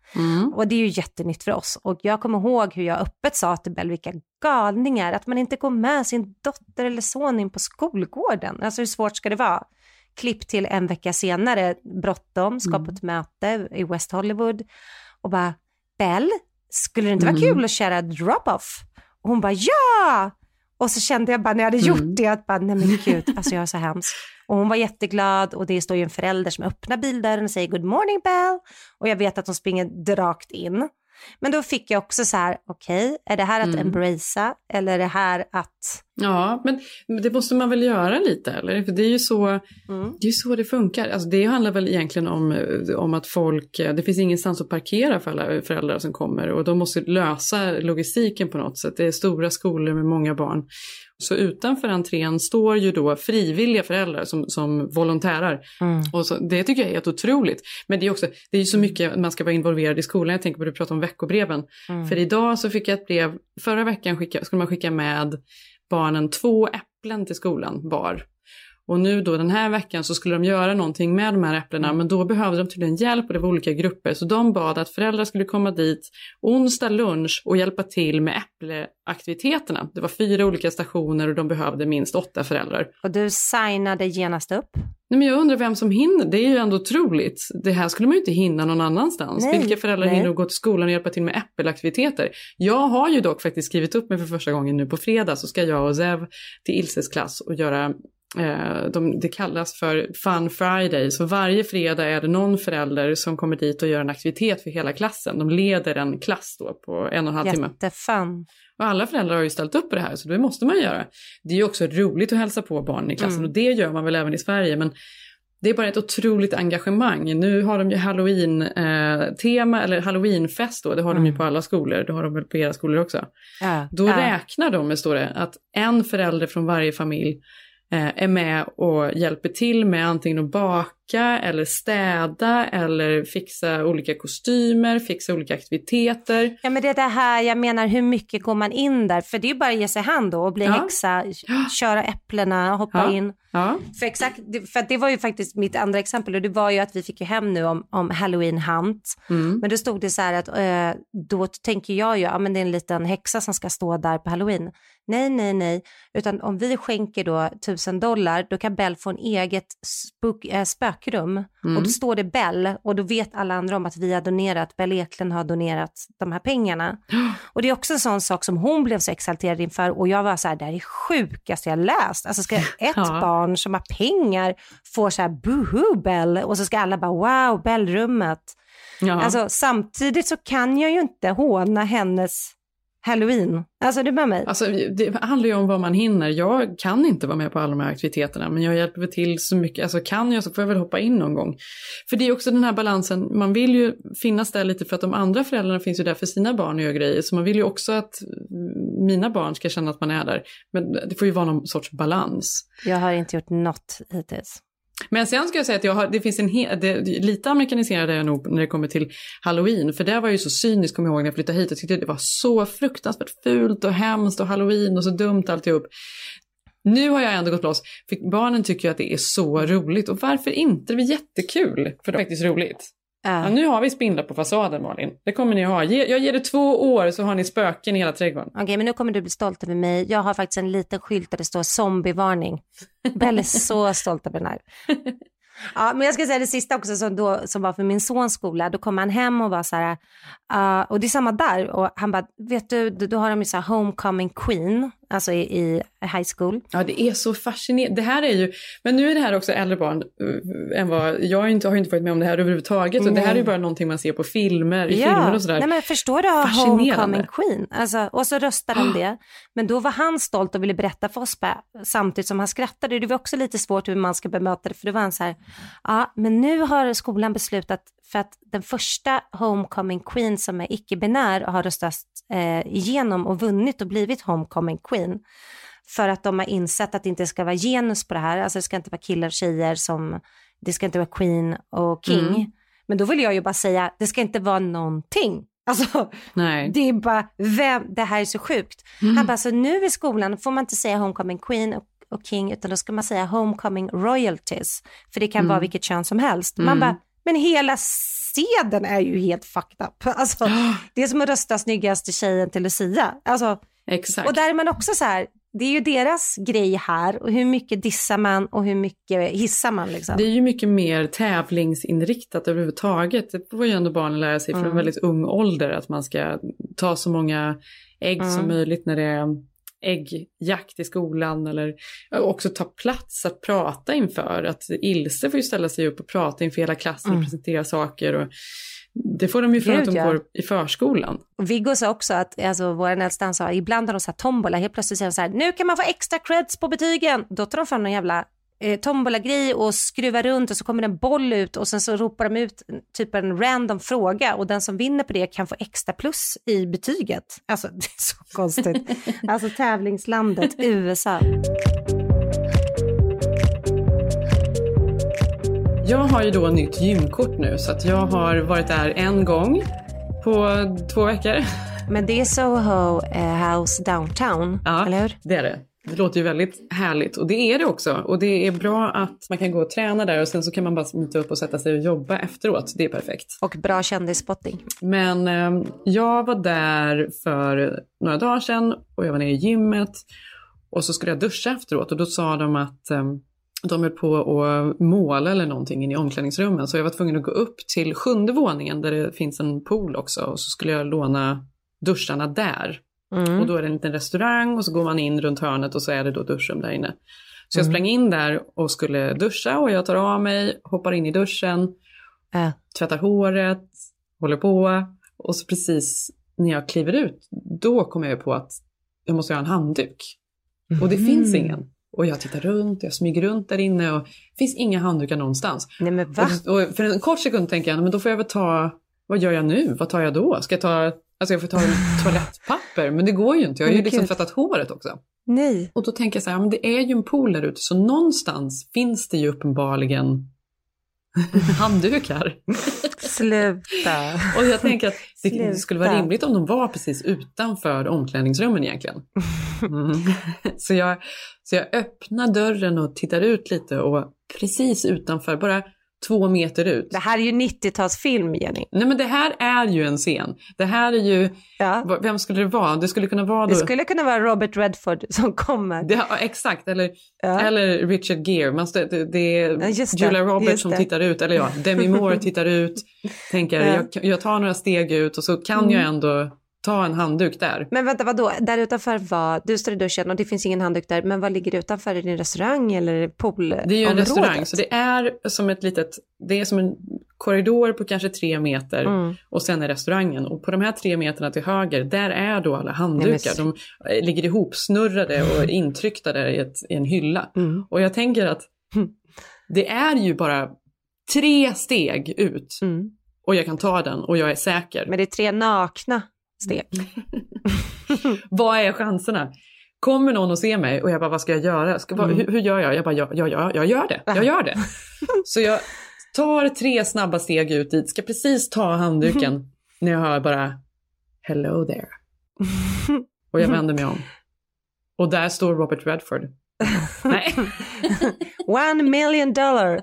Och det är ju jättenytt för oss. Och jag kommer ihåg hur jag öppet sa till Bell, vilka galningar, att man inte går med sin dotter eller son in på skolgården. Alltså hur svårt ska det vara? Klipp till en vecka senare, bråttom, ska på ett möte i West Hollywood. Och bara, Bell, skulle det inte vara kul att köra drop-off? Och hon bara, ja! Och så kände jag bara när jag hade gjort det att bara, nej men gud, alltså jag är så hemskt. Och hon var jätteglad och det står ju en förälder som öppnar bildörren och säger good morning Bell. Och jag vet att hon springer rakt in. Men då fick jag också så här, okej, är det här att embracea eller är det här att... Ja, men det måste man väl göra lite, eller? För det är ju så, det är så det funkar. Alltså det handlar väl egentligen om att folk, det finns ingenstans att parkera för alla föräldrar som kommer och de måste lösa logistiken på något sätt. Det är stora skolor med många barn. Så utanför entrén står ju då frivilliga föräldrar som volontärer. Och så, det tycker jag är helt otroligt. Men det är ju så mycket man ska vara involverad i skolan. Jag tänker på att du pratar om veckobreven. För idag så fick jag ett brev, förra veckan skulle man skicka med barnen 2 äpplen till skolan var. Och nu då den här veckan så skulle de göra någonting med de här äpplena. Men då behövde de tydligen hjälp och det var olika grupper. Så de bad att föräldrar skulle komma dit onsdag lunch och hjälpa till med äppleaktiviteterna. Det var 4 olika stationer och de behövde minst 8 föräldrar. Och du signade genast upp? Nej, men jag undrar vem som hinner. Det är ju ändå otroligt. Det här skulle man ju inte hinna någon annanstans. Nej, vilka föräldrar hinner att gå till skolan och hjälpa till med äppelaktiviteter? Jag har ju dock faktiskt skrivit upp mig för första gången nu på fredag. Så ska jag och Zev till Ilses klass och göra... det kallas för Fun Friday. Så varje fredag är det någon förälder som kommer dit och gör en aktivitet för hela klassen. De leder en klass då på 1,5 timme. Jättefun. Och alla föräldrar har ju ställt upp på det här, så det måste man göra. Det är ju också roligt att hälsa på barnen i klassen och det gör man väl även i Sverige, men det är bara ett otroligt engagemang. Nu har de ju Halloween-tema eller Halloween-fest då, det har de ju på alla skolor, det har de väl på era skolor också. Då räknar de med, står det, att en förälder från varje familj är med och hjälper till med antingen att baka eller städa eller fixa olika kostymer, fixa olika aktiviteter. Ja, men det är det här, jag menar, hur mycket går man in där? För det är ju bara att ge sig hand då och bli häxa, köra äpplena, hoppa in. Ja. För det var ju faktiskt mitt andra exempel och det var ju att vi fick ju hem nu om Halloween Hunt. Men då stod det så här att då tänker jag ju, ja men det är en liten häxa som ska stå där på Halloween. Nej. Utan om vi skänker då $1,000, då kan Bell få en eget spökrum. Och då står det Bell och då vet alla andra om att vi har donerat, Bell Eklund har donerat de här pengarna. Och det är också en sån sak som hon blev så exalterad inför och jag var så här, det här är sjukaste jag läst. Alltså ska ett barn som har pengar får så här boohoo Bell och så ska alla bara wow, Bellrummet. Alltså samtidigt så kan jag ju inte håna hennes Halloween. Alltså det är med mig. Alltså det handlar ju om vad man hinner. Jag kan inte vara med på alla de här aktiviteterna, men jag hjälper till så mycket. Alltså kan jag så får jag väl hoppa in någon gång. För det är också den här balansen. Man vill ju finnas där lite för att de andra föräldrarna finns ju där för sina barn och gör grejer. Så man vill ju också att mina barn ska känna att man är där. Men det får ju vara någon sorts balans. Jag har inte gjort något hittills. Men sen ska jag säga att det finns lite amerikaniserad är jag nog när det kommer till Halloween. För det var ju så cyniskt, kommer jag ihåg när jag flyttade hit. Jag tyckte det var så fruktansvärt fult och hemskt och Halloween och så dumt alltihop. Nu har jag ändå gått loss. För barnen tycker ju att det är så roligt. Och varför inte? Det är jättekul. För det är faktiskt roligt. Ja, nu har vi spindlar på fasaden, Malin. Det kommer ni ha. Jag ger det 2 år så har ni spöken i hela trädgården. Okej, men nu kommer du bli stolt över mig. Jag har faktiskt en liten skylt där det står zombievarning. Bell är så stolt över den här. Ja, men jag ska säga det sista också som var för min sons skola. Då kom han hem och var så här, och det är samma där. Och han bara, vet du, då har de ju så här homecoming queen, alltså i high school. Ja, det är så fascinerande. Det här är ju, men nu är det här också äldre barn än vad, jag har ju inte varit med om det här överhuvudtaget. Och det här är ju bara någonting man ser på filmer, i filmer och sådär. Nej, men förstår du, homecoming queen. Alltså, och så röstar de det. Men då var han stolt och ville berätta för oss samtidigt som han skrattade. Det var också lite svårt hur man ska bemöta det, för det var han så här, ja, men nu har skolan beslutat för att den första homecoming queen som är icke-binär har röstats igenom och vunnit och blivit homecoming queen. För att de har insett att det inte ska vara genus på det här. Alltså det ska inte vara killar och tjejer, det ska inte vara queen och king. Men då vill jag ju bara säga, det ska inte vara någonting. Alltså, nej. Det är bara, det här är så sjukt. Han bara, så nu i skolan får man inte säga homecoming queen och king, utan då ska man säga homecoming royalties. För det kan vara vilket kön som helst. Man bara, Men hela seden är ju helt fucked up. Alltså, det är som att rösta snyggaste tjejen till Lucia. Alltså, exakt. Och där är man också så här, det är ju deras grej här. Och hur mycket dissar man och hur mycket hissar man liksom. Det är ju mycket mer tävlingsinriktat överhuvudtaget. Det får ju ändå barnen lära sig från en väldigt ung ålder. Att man ska ta så många ägg som möjligt när det är äggjakt i skolan. Eller också ta plats att prata inför. Att Ilse får ju ställa sig upp och prata inför hela klassen och presentera saker. Och det får de ju från att de går i förskolan. Och Viggo sa också att, alltså vår äldsta sa, ibland har de så här tombola, helt plötsligt säger de så här, nu kan man få extra creds på betygen. Då tar de fram någon jävla tombola-grej och skruvar runt och så kommer en boll ut och sen så ropar de ut typ en random fråga och den som vinner på det kan få extra plus i betyget. Alltså det är så konstigt. Alltså tävlingslandet USA. Jag har ju då ett nytt gymkort nu så att jag har varit där en gång på 2 veckor. Men det är Soho House Downtown, eller hur? Det är det. Det låter ju väldigt härligt och det är det också. Och det är bra att man kan gå och träna där och sen så kan man bara smita upp och sätta sig och jobba efteråt. Det är perfekt. Och bra kändisspotting. Men jag var där för några dagar sedan och jag var nere i gymmet och så skulle jag duscha efteråt och då sa de att de höll på att måla eller någonting in i omklädningsrummen. Så jag var tvungen att gå upp till 7:e våningen där det finns en pool också och så skulle jag låna duscharna där. Och då är det en liten restaurang och så går man in runt hörnet och så är det då duschrum där inne. Så jag sprang in där och skulle duscha och jag tar av mig, hoppar in i duschen, tvättar håret, håller på och så precis när jag kliver ut då kommer jag på att jag måste ha en handduk. Och det finns ingen. Och jag tittar runt, jag smyger runt där inne och det finns inga handdukar någonstans. Nej men va? Och för en kort sekund tänker jag, men då får jag väl ta, vad gör jag nu? Vad tar jag då? Ska jag ta... Alltså jag får ta toalettpapper, men det går ju inte. Jag har ju liksom tvättat håret också. Nej. Och då tänker jag så här, men det är ju en pool där ute. Så någonstans finns det ju uppenbarligen handdukar. Sluta. Och jag tänker att det skulle vara rimligt om de var precis utanför omklädningsrummen egentligen. Så jag öppnar dörren och tittar ut lite och precis utanför, bara 2 meter ut. Det här är ju 90-talsfilm, Jenny. Nej men det här är ju en scen. Det här är ju, vem skulle det vara? Det skulle kunna vara då... Det skulle kunna vara Robert Redford som kommer. Exakt, eller Richard Gere. Det är Julia Roberts som tittar ut, eller Demi Moore tittar ut. Tänker, jag tar några steg ut och så kan jag ändå ta en handduk där. Men vänta, vadå? Där utanför du står i duschen och det finns ingen handduk där. Men vad ligger utanför? Är det en restaurang eller pool? Det är ju en restaurang, så det är som det är som en korridor på kanske 3 meter och sen är restaurangen. Och på de här 3 meterna till höger, där är då alla handdukar. De ligger ihop, snurrade och intryckta där i en hylla. Och jag tänker att det är ju bara 3 steg ut och jag kan ta den och jag är säker. Men det är 3 nakna steg. Vad är chanserna? Kommer någon att se mig och jag bara, vad ska jag göra? Hur gör jag? Jag bara, jag gör det. Jag gör det. Så jag tar 3 snabba steg ut dit. Ska precis ta handduken när jag hör bara hello there. Och jag vänder mig om. Och där står Robert Redford. Nej. $1 million.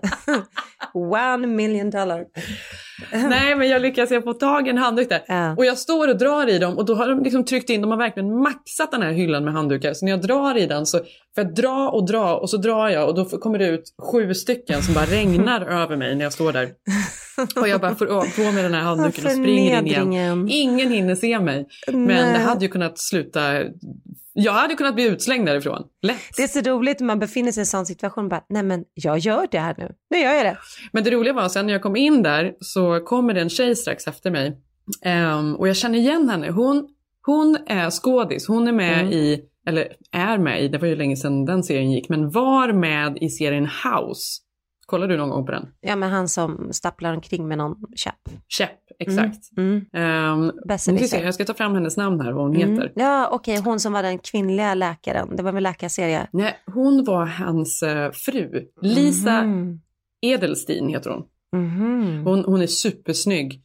$1 million. Nej, men jag lyckas få tag i en handduk där. Och jag står och drar i dem och då har de liksom tryckt in, de har verkligen maxat den här hyllan med handdukar. Så när jag drar i den så för att dra och så drar jag och då kommer det ut 7 stycken som bara regnar över mig när jag står där. Och jag bara får på med den här handduken och springer in igen. Ingen hinner se mig. Men det hade ju kunnat sluta... Jag hade kunnat bli utslängd därifrån. Lätt. Det är så roligt när man befinner sig i en sån situation. Bara, nej men jag gör det här nu. Nu gör jag det. Men det roliga var sen när jag kom in där så kommer det en tjej strax efter mig. Och jag känner igen henne. Hon är skådis. Hon är med i, det var ju länge sedan den serien gick. Men var med i serien House. Kollar du någon gång på den? Ja, men han som stapplar omkring med någon käpp. Exakt. Jag ska ta fram hennes namn här, vad hon heter. Ja, okej. Hon som var den kvinnliga läkaren. Det var väl läkarserie? Nej, hon var hans fru. Lisa Edelstein heter hon. Hon är supersnygg.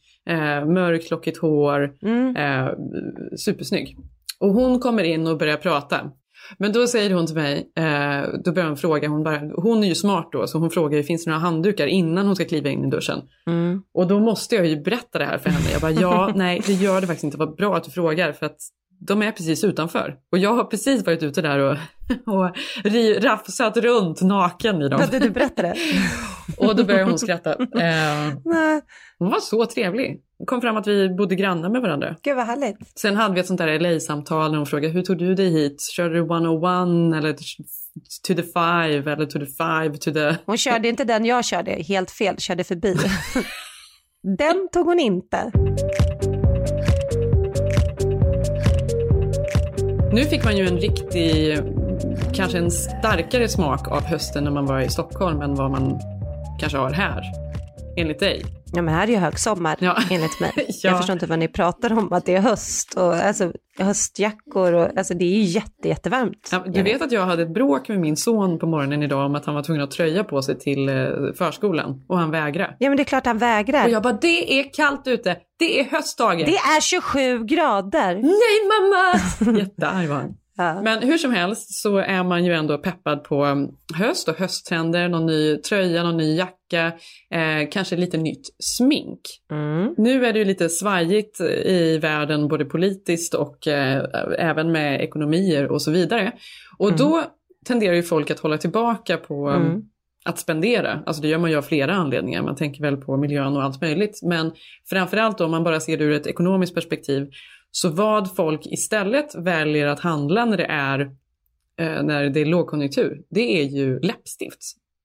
Mörklockigt hår. Supersnygg. Och hon kommer in och börjar prata. Men då säger hon till mig, då börjar hon fråga, hon är ju smart då, så hon frågar, finns det några handdukar innan hon ska kliva in i duschen? Och då måste jag ju berätta det här för henne. Jag bara, nej, det gör det faktiskt inte. Vad bra att du frågar, för att de är precis utanför. Och jag har precis varit ute där och rafsat runt naken i dem. Vad du berättade? Och då började hon skratta. Hon var så trevlig. Det kom fram att vi bodde grannar med varandra. Gud vad härligt. Sen hade vi ett sånt där LA-samtal när hon frågade, hur tog du dig hit? Körde du 101 eller to the 5 eller to the 5 to the... Hon körde inte den jag körde, helt fel, körde förbi. Den tog hon inte. Nu fick man ju kanske en starkare smak av hösten när man var i Stockholm än vad man kanske har här, enligt dig. Ja, men här är ju högsommar, enligt mig. Ja. Jag förstår inte vad ni pratar om, att det är höst och alltså, höstjackor och alltså det är ju jättevarmt. Ja, du vet att jag hade ett bråk med min son på morgonen idag om att han var tvungen att tröja på sig till förskolan och han vägrade. Ja, men det är klart han vägrar. Och jag bara, det är kallt ute, det är höstdagen. Det är 27 grader. Nej mamma! Jättearg var han. Ja. Men hur som helst så är man ju ändå peppad på höst och hösttrender, någon ny tröja, någon ny jacka, kanske lite nytt smink. Nu är det ju lite svajigt i världen både politiskt och även med ekonomier och så vidare. Och då tenderar ju folk att hålla tillbaka på att spendera. Alltså det gör man ju av flera anledningar. Man tänker väl på miljön och allt möjligt. Men framförallt om man bara ser det ur ett ekonomiskt perspektiv. Så vad folk istället väljer att handla när det är lågkonjunktur, det är ju läppstift.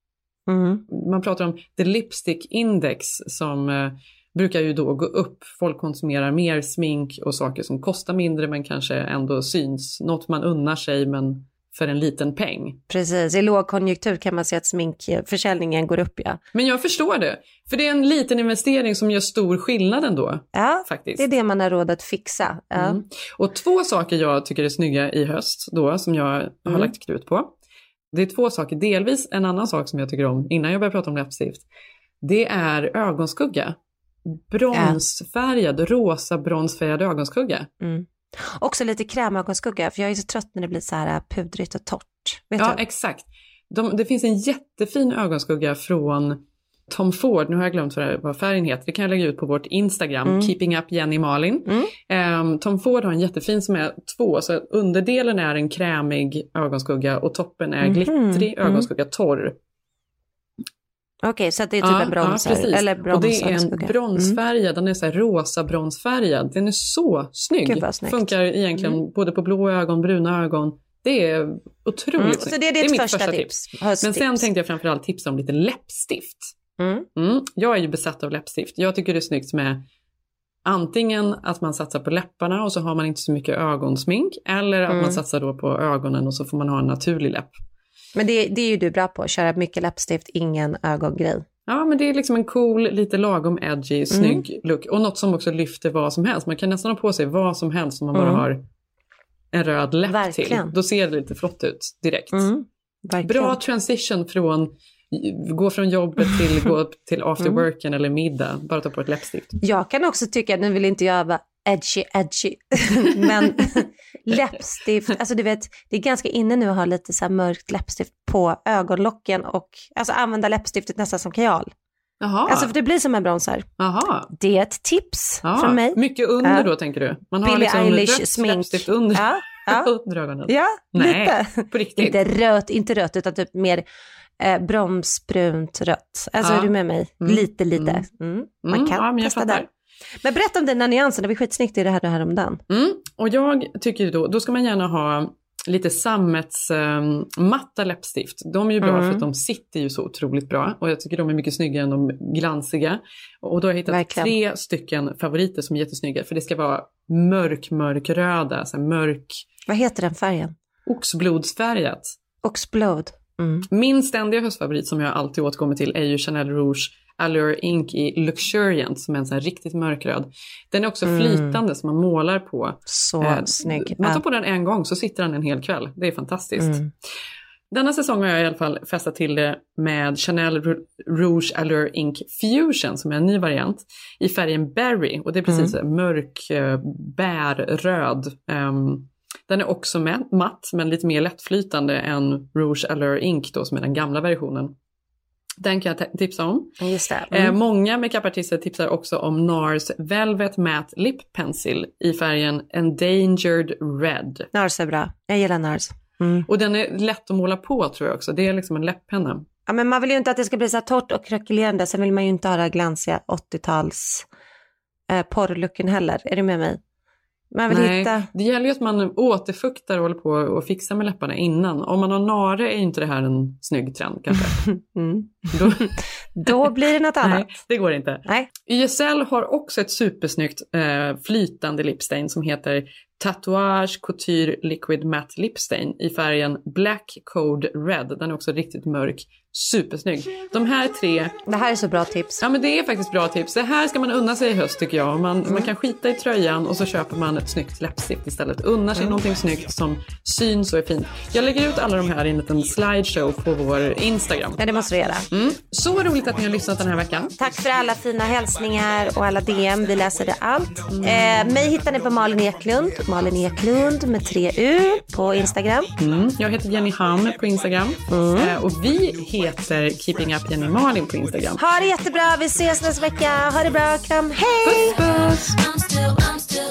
Man pratar om the lipstick index som brukar ju då gå upp. Folk konsumerar mer smink och saker som kostar mindre men kanske ändå syns. Något man unnar sig men för en liten peng. Precis, i lågkonjunktur kan man se att sminkförsäljningen går upp, ja. Men jag förstår det, för det är en liten investering som gör stor skillnad ändå. Ja, faktiskt. Det är det man har råd att fixa. Ja. Och 2 saker jag tycker är snygga i höst då, som jag har lagt krut på. Det är 2 saker, delvis en annan sak som jag tycker om innan jag börjar prata om läppstift. Det är ögonskugga. Bronsfärgad, rosa bronsfärgad ögonskugga. Också lite krämögonskugga, för jag är så trött när det blir så här pudrigt och torrt. Vet du? Exakt. Det finns en jättefin ögonskugga från Tom Ford. Nu har jag glömt vad färgen heter. Det kan jag lägga ut på vårt Instagram. Keeping up Jenny Malin. Tom Ford har en jättefin som är 2. Så underdelen är en krämig ögonskugga och toppen är glittrig ögonskugga, torr. Okej, så att det är typ en bronsfärg. Eller brons, och det är en bronsfärgad, den är så här rosa bronsfärgad. Den är så snygg. Funkar egentligen både på blå ögon, bruna ögon. Det är otroligt snyggt. Så det är ditt första tips. Men sen tänkte jag framförallt tipsa om lite läppstift. Jag är ju besatt av läppstift. Jag tycker det är snyggt med antingen att man satsar på läpparna och så har man inte så mycket ögonsmink. Eller att man satsar då på ögonen och så får man ha en naturlig läpp. Men det är ju du bra på, att köra mycket läppstift, ingen ögongrej. Ja, men det är liksom en cool, lite lagom edgy, snygg look. Och något som också lyfter vad som helst. Man kan nästan ha på sig vad som helst om man bara har en röd läpp till. Då ser det lite flott ut direkt. Bra transition från gå från jobbet till gå till afterworken eller middag. Bara ta på ett läppstift. Jag kan också tycka, nu vill inte jag vara edgy. Men läppstift, alltså du vet, det är ganska inne nu att ha lite så här mörkt läppstift på ögonlocken och alltså använda läppstiftet nästan som kajal. Jaha. Alltså för det blir som en bronsar. Jaha. Det är ett tips från mig. Mycket under då tänker du? Man har Billie liksom Eilish rött smink. läppstift under, under ögonen. Ja, nej, lite. På riktigt. Inte rött utan typ mer bromsbrunt rött. Alltså är du med mig? Lite. Man kan testa där. Men berätta om dina nyanser, det blir skitsnyggt i det här om dagen. Och jag tycker då ska man gärna ha lite sammetsmatta läppstift. De är ju bra för att de sitter ju så otroligt bra. Och jag tycker de är mycket snyggare än de glansiga. Och då har jag hittat 3 stycken favoriter som är jättesnygga. För det ska vara mörkröda, så mörk... Vad heter den färgen? Oxblodsfärgat. Oxblod. Min ständiga höstfavorit som jag alltid återkommer till är ju Chanel Rouge Allure Ink i Luxuriant som är en sån här riktigt mörkröd. Den är också flytande som man målar på. Så snygg. Man tar på den en gång så sitter den en hel kväll. Det är fantastiskt. Denna säsong har jag i alla fall festat till det med Chanel Rouge Allure Ink Fusion som är en ny variant i färgen Berry. Och det är precis mörk bärröd. Den är också matt men lite mer lättflytande än Rouge Allure Ink då, som är den gamla versionen. Den kan jag tipsa om. Just det. Många makeupartister tipsar också om NARS Velvet Matte Lip Pencil i färgen Endangered Red. NARS är bra. Jag gillar NARS. Och den är lätt att måla på, tror jag också. Det är liksom en läpppenna. Ja, men man vill ju inte att det ska bli så här torrt och krackelerande. Sen vill man ju inte ha det glansiga 80-tals porrlooken heller. Är du med mig? Man vill hitta... Det gäller ju att man återfuktar och håller på och fixar med läpparna innan. Om man har nare är inte det här en snygg trend kanske. Då blir det något annat. Nej, det går inte. Nej. YSL har också ett supersnyggt flytande lipstain som heter Tatouage Couture Liquid Matte Lipstain i färgen Black Code Red. Den är också riktigt mörk. Supersnygg. De här 3... Det här är så bra tips. Ja, men det är faktiskt bra tips. Det här ska man unna sig i höst, tycker jag. Man kan skita i tröjan och så köper man ett snyggt läppstift istället. Unnar sig någonting snyggt som syns och är fint. Jag lägger ut alla de här i en liten slideshow på vår Instagram. Ja, det måste du göra. Så roligt att ni har lyssnat den här veckan. Tack för alla fina hälsningar och alla DM. Vi läser det allt. Mig hittar ni på Malin Eklund. Malin Eklund med 3 U på Instagram. Jag heter Jenny Hamn på Instagram. Och vi heter Keeping Up Jenny Malin på Instagram. Ha det jättebra, vi ses nästa vecka. Ha det bra, kram, hej! Puss, puss!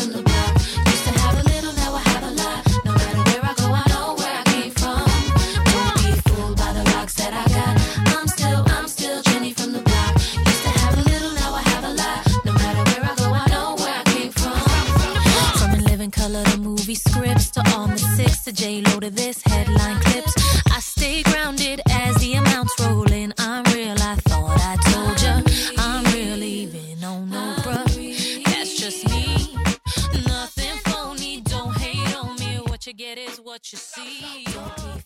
Scripts to all the 6 to J-Lo to this headline clips. I stay grounded as the amounts roll in. I'm real, I thought I told ya. I'm real even on no bruh. That's just me. Nothing phony, don't hate on me. What you get is what you see.